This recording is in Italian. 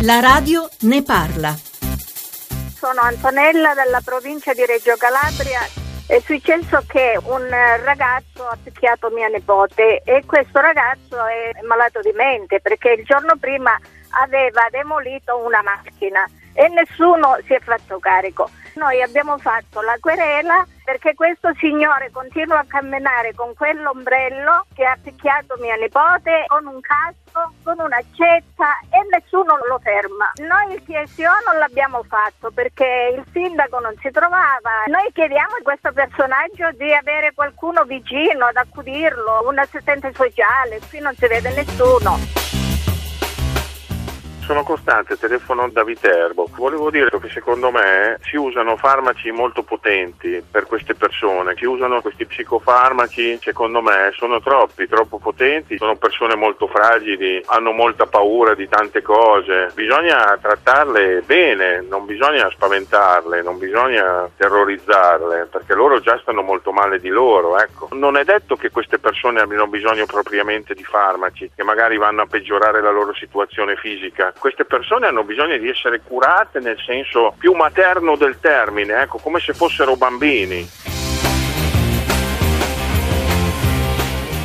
La radio ne parla. Sono Antonella dalla provincia di Reggio Calabria. È successo che un ragazzo ha picchiato mia nipote e questo ragazzo è malato di mente perché il giorno prima aveva demolito una macchina e nessuno si è fatto carico. Noi abbiamo fatto la querela perché questo signore continua a camminare con quell'ombrello che ha picchiato mia nipote, con un casco, con un'accetta e nessuno lo ferma. Noi il TSO non l'abbiamo fatto perché il sindaco non si trovava. Noi chiediamo a questo personaggio di avere qualcuno vicino ad accudirlo, un assistente sociale, qui non si vede nessuno. Sono Costante, telefono da Viterbo. Volevo dire che secondo me si usano farmaci molto potenti per queste persone, si usano questi psicofarmaci, secondo me sono troppo potenti, sono persone molto fragili, hanno molta paura di tante cose, bisogna trattarle bene, non bisogna spaventarle, non bisogna terrorizzarle, perché loro già stanno molto male di loro, ecco. Non è detto che queste persone abbiano bisogno propriamente di farmaci, che magari vanno a peggiorare la loro situazione fisica. Queste persone hanno bisogno di essere curate nel senso più materno del termine, ecco, come se fossero bambini.